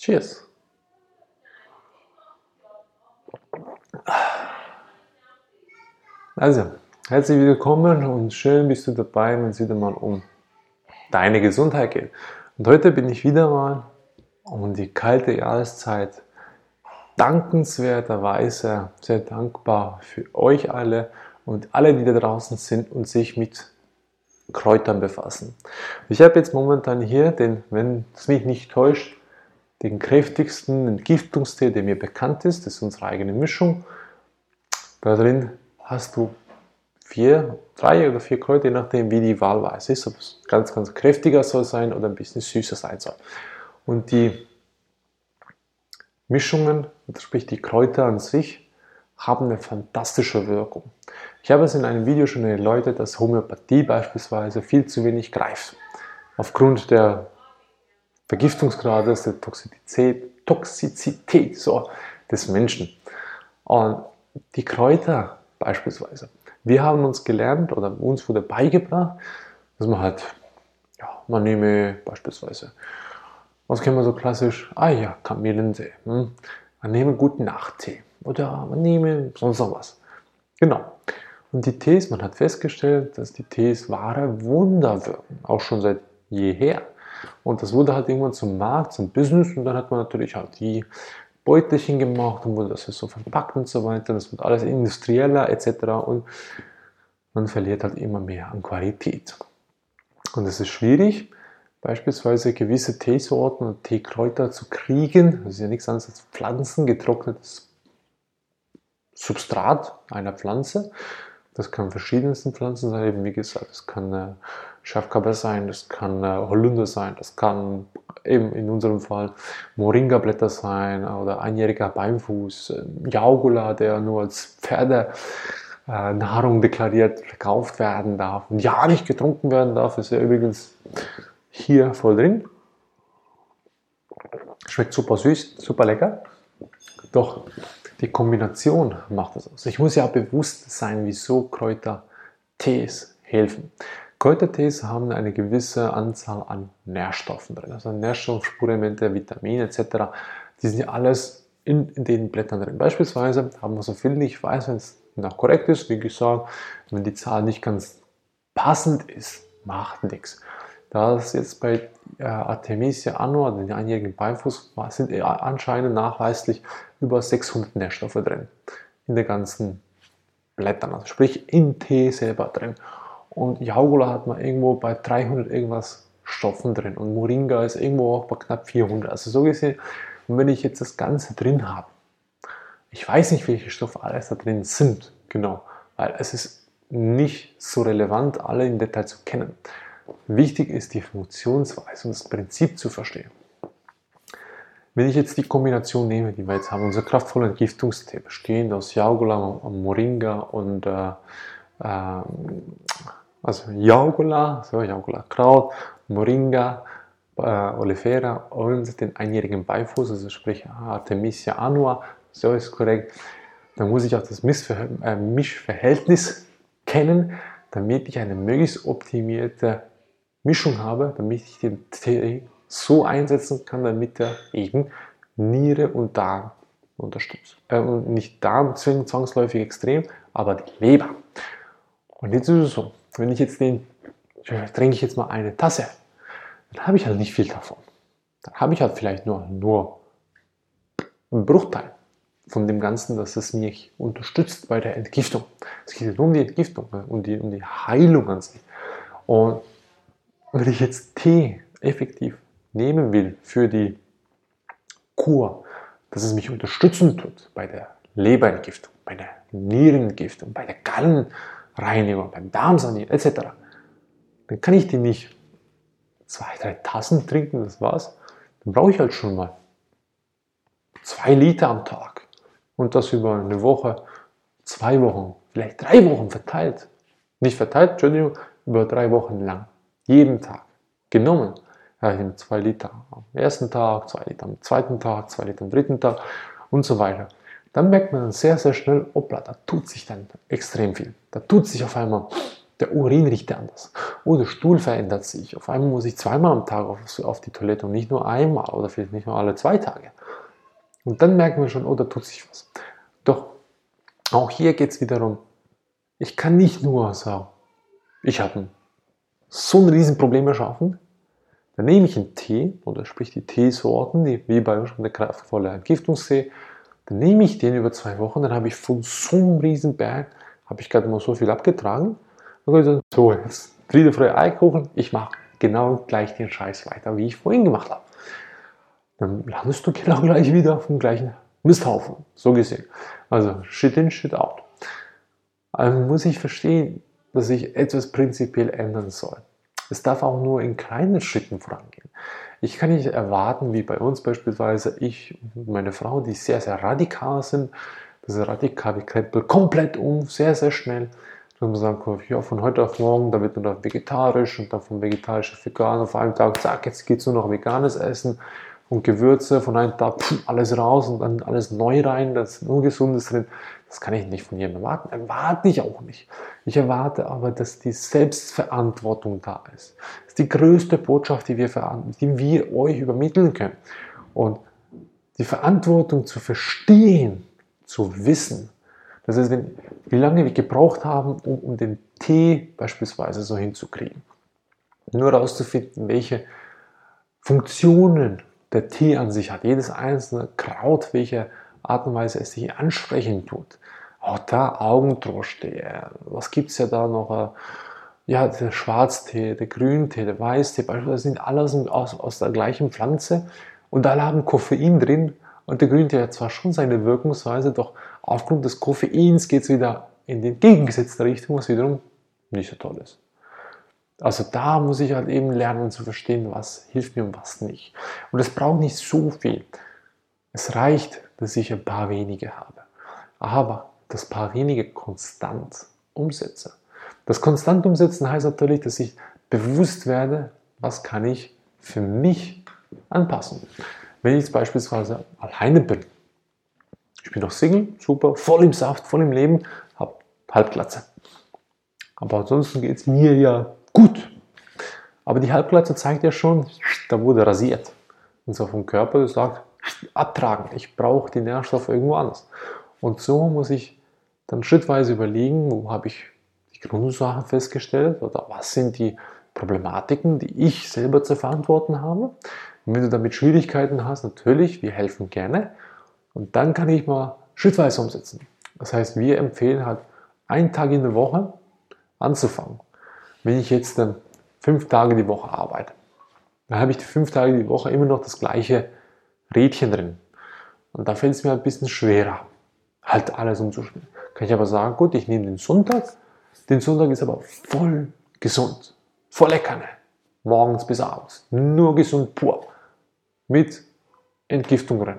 Cheers! Also, herzlich willkommen und schön bist du dabei, wenn es wieder mal um deine Gesundheit geht. Und heute bin ich wieder mal um die kalte Jahreszeit dankenswerterweise sehr dankbar für euch alle und alle, die da draußen sind und sich mit Kräutern befassen. Ich habe jetzt momentan hier den, wenn es mich nicht täuscht, den kräftigsten Entgiftungstee, der mir bekannt ist. Das ist unsere eigene Mischung. Da drin hast du 3 oder 4 Kräuter, je nachdem wie die Wahlweise ist, ob es ganz kräftiger soll sein oder ein bisschen süßer sein soll. Und die Mischungen, sprich die Kräuter an sich, haben eine fantastische Wirkung. Ich habe es in einem Video schon erläutert, dass Homöopathie beispielsweise viel zu wenig greift. Aufgrund der Vergiftungsgrades, der Toxizität des Menschen. Und die Kräuter beispielsweise. Wir haben uns gelernt oder uns wurde beigebracht, dass man halt, man nehme beispielsweise, was kennen wir so klassisch? Kamillentee. Man nehme guten Nachttee oder man nehme sonst noch was. Genau. Und die Tees, man hat festgestellt, dass die Tees wahre Wunder wirken, auch schon seit jeher. Und das wurde halt irgendwann zum Markt, zum Business und dann hat man natürlich halt die Beutelchen gemacht und wurde das so verpackt und so weiter. Das wird alles industrieller etc. und man verliert halt immer mehr an Qualität. Und es ist schwierig, beispielsweise gewisse Teesorten und Teekräuter zu kriegen. Das ist ja nichts anderes als Pflanzen, getrocknetes Substrat einer Pflanze. Das kann verschiedensten Pflanzen sein, eben wie gesagt, das kann Schafkabel sein, das kann Holunder sein, das kann eben in unserem Fall Moringa-Blätter sein oder einjähriger Beinfuß, Jaugula, der nur als Pferdenahrung deklariert verkauft werden darf und ja nicht getrunken werden darf, ist ja übrigens hier voll drin. Schmeckt super süß, super lecker, doch die Kombination macht das aus. Ich muss ja bewusst sein, wieso Kräutertees helfen. Kräutertees haben eine gewisse Anzahl an Nährstoffen drin, also Nährstoffspurenelemente, Vitamine etc. Die sind ja alles in den Blättern drin. Beispielsweise haben wir so viel, ich weiß, wenn es noch korrekt ist, wie gesagt, wenn die Zahl nicht ganz passend ist, macht nichts. Da es jetzt bei Artemisia annua, den einjährigen Beinfuß, sind anscheinend nachweislich über 600 Nährstoffe drin in den ganzen Blättern, also sprich im Tee selber drin. Und Jaugula hat man irgendwo bei 300 irgendwas Stoffen drin und Moringa ist irgendwo auch bei knapp 400. Also so gesehen, und wenn ich jetzt das Ganze drin habe, ich weiß nicht, welche Stoffe alles da drin sind, genau, weil es ist nicht so relevant, alle im Detail zu kennen. Wichtig ist die Funktionsweise und das Prinzip zu verstehen. Wenn ich jetzt die Kombination nehme, die wir jetzt haben, unser kraftvoller Entgiftungstee, bestehend aus Jaugula, Moringa und Jaugula Kraut, Moringa, Oleifera und den einjährigen Beifuß, also sprich Artemisia annua, so ist korrekt, dann muss ich auch das Mischverhältnis kennen, damit ich eine möglichst optimierte Mischung habe, damit ich den Tee so einsetzen kann, damit er eben Niere und Darm unterstützt. Nicht Darm zwangsläufig extrem, aber die Leber. Und jetzt ist es so, wenn ich jetzt trinke ich jetzt mal eine Tasse, dann habe ich halt nicht viel davon. Dann habe ich halt vielleicht nur einen Bruchteil von dem Ganzen, dass es mich unterstützt bei der Entgiftung. Es geht nur um die Entgiftung, um die Heilung an sich. Und wenn ich jetzt Tee effektiv nehmen will für die Kur, dass es mich unterstützen tut bei der Leberentgiftung, bei der Nierenentgiftung, bei der Gallenreinigung, beim Darmsanieren etc., dann kann ich die nicht 2, 3 Tassen trinken, das war's. Dann brauche ich halt schon mal 2 Liter am Tag und das über eine Woche, 2 Wochen, vielleicht 3 Wochen verteilt. Nicht verteilt, Entschuldigung, über 3 Wochen lang. Jeden Tag genommen. Ja, ich nehme 2 Liter am ersten Tag, 2 Liter am zweiten Tag, 2 Liter am dritten Tag und so weiter. Dann merkt man dann sehr, sehr schnell, hoppla, da tut sich dann extrem viel. Da tut sich auf einmal Der Urin riecht anders. Oh, der Stuhl verändert sich. Auf einmal muss ich zweimal am Tag auf die Toilette und nicht nur einmal oder vielleicht nicht nur alle 2 Tage. Und dann merken wir schon, oh, da tut sich was. Doch auch hier geht es wiederum, ich kann nicht nur sagen, ich habe so ein Riesenproblem erschaffen, dann nehme ich einen Tee, oder sprich die Teesorten, wie bei uns der kraftvolle Entgiftungstee, dann nehme ich den über 2 Wochen, dann habe ich von so einem Riesenberg, habe ich gerade mal so viel abgetragen, und dann so, jetzt Friede, Freude, Eierkuchen, ich mache genau gleich den Scheiß weiter, wie ich vorhin gemacht habe. Dann landest du genau gleich wieder auf dem gleichen Misthaufen, so gesehen. Also Shit in, Shit out. Also muss ich verstehen, dass ich etwas prinzipiell ändern soll. Es darf auch nur in kleinen Schritten vorangehen. Ich kann nicht erwarten, wie bei uns beispielsweise, ich und meine Frau, die sehr, sehr radikal sind. Das ist radikal, wir krempeln komplett um, sehr, sehr schnell. Dass man sagen, ja, von heute auf morgen, da wird nur noch vegetarisch und dann vom vegetarisch auf vegan. Auf einem Tag, zack, jetzt geht es nur noch veganes Essen und Gewürze. Von einem Tag alles raus und dann alles neu rein, das ist Ungesundes drin. Das kann ich nicht von jedem erwarten. Erwarte ich auch nicht. Ich erwarte aber, dass die Selbstverantwortung da ist. Das ist die größte Botschaft, die wir euch übermitteln können. Und die Verantwortung zu verstehen, zu wissen. Das heißt, wie lange wir gebraucht haben, um den Tee beispielsweise so hinzukriegen. Nur herauszufinden, welche Funktionen der Tee an sich hat. Jedes einzelne Kraut, welche Art und Weise es sich ansprechen tut. Auch da Augentroste. Was gibt es ja da noch? Ja, der Schwarztee, der Grüntee, der Weißtee, beispielsweise sind alles aus der gleichen Pflanze und alle haben Koffein drin. Und der Grüntee hat zwar schon seine Wirkungsweise, doch aufgrund des Koffeins geht es wieder in die entgegengesetzte Richtung, was wiederum nicht so toll ist. Also da muss ich halt eben lernen zu verstehen, was hilft mir und was nicht. Und es braucht nicht so viel. Es reicht, dass ich ein paar wenige habe. Aber das paar wenige konstant umsetze. Das konstant umsetzen heißt natürlich, dass ich bewusst werde, was kann ich für mich anpassen. Wenn ich jetzt beispielsweise alleine bin, ich bin noch Single, super, voll im Saft, voll im Leben, habe Halbglatze. Aber ansonsten geht es mir ja gut. Aber die Halbglatze zeigt ja schon, da wurde rasiert. Und so vom Körper sagt, abtragen, ich brauche die Nährstoffe irgendwo anders. Und so muss ich dann schrittweise überlegen, wo habe ich die Grundursachen festgestellt oder was sind die Problematiken, die ich selber zu verantworten habe. Und wenn du damit Schwierigkeiten hast, natürlich, wir helfen gerne. Und dann kann ich mal schrittweise umsetzen. Das heißt, wir empfehlen halt, einen Tag in der Woche anzufangen. Wenn ich jetzt 5 Tage die Woche arbeite, dann habe ich die 5 Tage die Woche immer noch das gleiche Rädchen drin. Und da fällt es mir ein bisschen schwerer, halt alles umzuspielen. Kann ich aber sagen, gut, ich nehme den Sonntag. Den Sonntag ist aber voll gesund. Volle Kanne. Morgens bis abends. Nur gesund pur. Mit Entgiftung drin.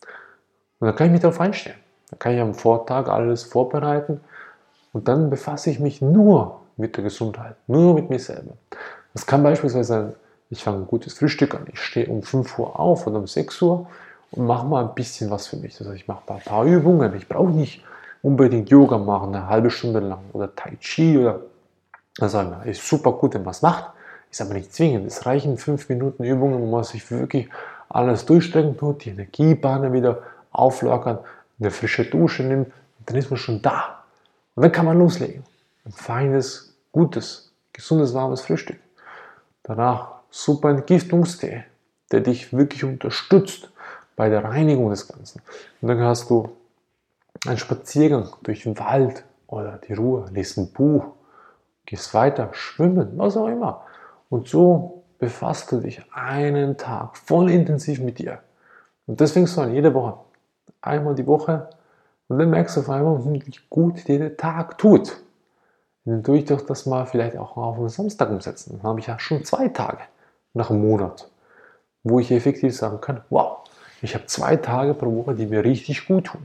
Und dann kann ich mich darauf einstellen. Dann kann ich am Vortag alles vorbereiten. Und dann befasse ich mich nur mit der Gesundheit. Nur mit mir selber. Das kann beispielsweise sein, ich fange ein gutes Frühstück an. Ich stehe um 5 Uhr auf oder um 6 Uhr und mache mal ein bisschen was für mich. Das heißt, ich mache ein paar Übungen. Ich brauche nicht unbedingt Yoga machen, eine halbe Stunde lang oder Tai Chi oder was auch immer. Ist super gut, wenn man es macht, ist aber nicht zwingend. Es reichen 5 Minuten Übungen, wo man sich wirklich alles durchstrecken tut, die Energiebahnen wieder auflockern, eine frische Dusche nimmt und dann ist man schon da. Und dann kann man loslegen. Ein feines, gutes, gesundes, warmes Frühstück. Danach super Entgiftungstee, der dich wirklich unterstützt bei der Reinigung des Ganzen. Und dann hast du einen Spaziergang durch den Wald oder die Ruhe, liest ein Buch, gehst weiter, schwimmen, was auch immer. Und so befasst du dich einen Tag voll intensiv mit dir. Und das fängst du an, jede Woche. Einmal die Woche. Und dann merkst du auf einmal, wie gut dir der Tag tut. Und dann tue ich doch das mal vielleicht auch auf einen Samstag umsetzen. Dann habe ich ja schon 2 Tage nach einem Monat, wo ich effektiv sagen kann, wow, ich habe 2 Tage pro Woche, die mir richtig gut tun.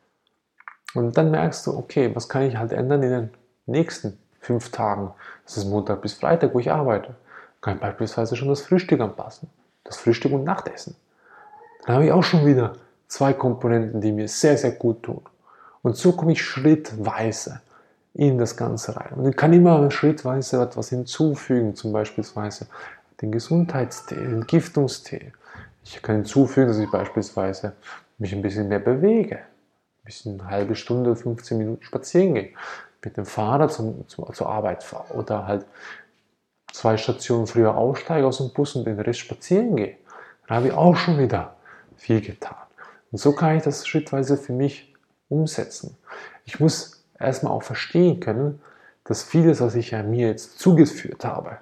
Und dann merkst du, okay, was kann ich halt ändern in den nächsten 5 Tagen? Das ist Montag bis Freitag, wo ich arbeite. Kann ich beispielsweise schon das Frühstück anpassen. Das Frühstück und Nachtessen. Dann habe ich auch schon wieder 2 Komponenten, die mir sehr, sehr gut tun. Und so komme ich schrittweise in das Ganze rein. Und ich kann immer schrittweise etwas hinzufügen, zum Beispiel den Gesundheitstee, den Entgiftungstee. Ich kann hinzufügen, dass ich beispielsweise mich ein bisschen mehr bewege, ein bisschen eine halbe Stunde, 15 Minuten spazieren gehe, mit dem Fahrrad zur Arbeit fahre oder halt 2 Stationen früher aussteige aus dem Bus und den Rest spazieren gehe. Dann habe ich auch schon wieder viel getan. Und so kann ich das schrittweise für mich umsetzen. Ich muss erstmal auch verstehen können, dass vieles, was ich ja mir jetzt zugeführt habe,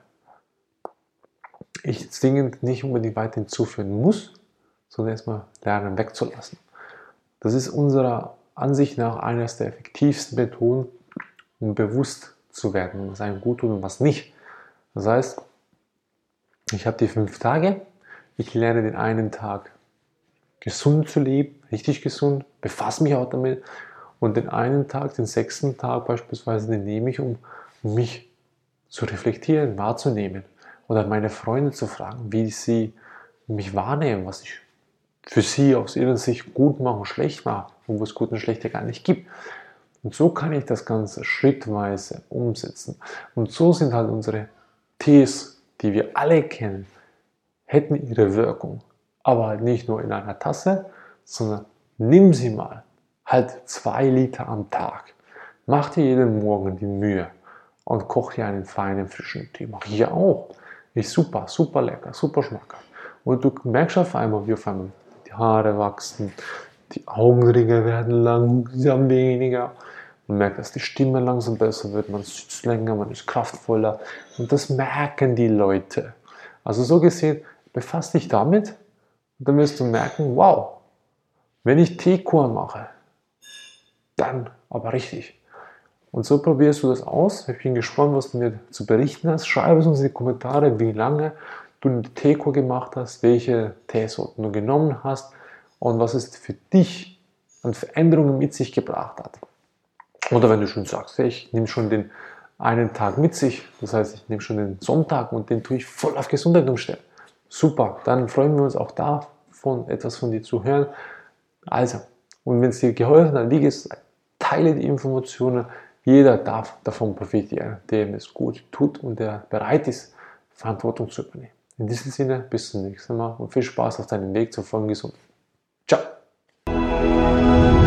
ich zwingend nicht unbedingt weiter hinzuführen muss, sondern erstmal lernen wegzulassen. Das ist unserer Ansicht nach eines der effektivsten Methoden, um bewusst zu werden, was einem gut tut und was nicht. Das heißt, ich habe die 5 Tage, ich lerne den einen Tag gesund zu leben, richtig gesund, befasse mich auch damit und den einen Tag, den 6. Tag beispielsweise, den nehme ich, um mich zu reflektieren, wahrzunehmen oder meine Freunde zu fragen, wie sie mich wahrnehmen, was ich für sie aus ihrer Sicht gut mache und schlecht mache und wo es gut und schlecht ja gar nicht gibt. Und so kann ich das Ganze schrittweise umsetzen. Und so sind halt unsere Tees, die wir alle kennen, hätten ihre Wirkung. Aber halt nicht nur in einer Tasse, sondern nimm sie mal. Halt 2 Liter am Tag. Mach dir jeden Morgen die Mühe und koch dir einen feinen, frischen Tee. Mach ich ja auch. Ist super, super lecker, super schmackhaft. Und du merkst auf einmal, wie auf einmal die Haare wachsen, die Augenringe werden langsam weniger. Man merkt, dass die Stimme langsam besser wird, man sitzt länger, man ist kraftvoller. Und das merken die Leute. Also so gesehen, befasst dich damit und dann wirst du merken, wow, wenn ich Teekur mache, dann aber richtig. Und so probierst du das aus. Ich bin gespannt, was du mir zu berichten hast. Schreib es uns in die Kommentare, wie lange du eine Teekur gemacht hast, welche Teesorten du genommen hast und was es für dich an Veränderungen mit sich gebracht hat. Oder wenn du schon sagst, ich nehme schon den einen Tag mit sich, das heißt, ich nehme schon den Sonntag und den tue ich voll auf Gesundheit umstellen. Super, dann freuen wir uns auch davon, etwas von dir zu hören. Also, und wenn es dir geholfen hat, wie gesagt, teile die Informationen. Jeder darf davon profitieren, dem es gut tut und der bereit ist, Verantwortung zu übernehmen. In diesem Sinne, bis zum nächsten Mal und viel Spaß auf deinem Weg zur vollen Gesundheit. Ciao!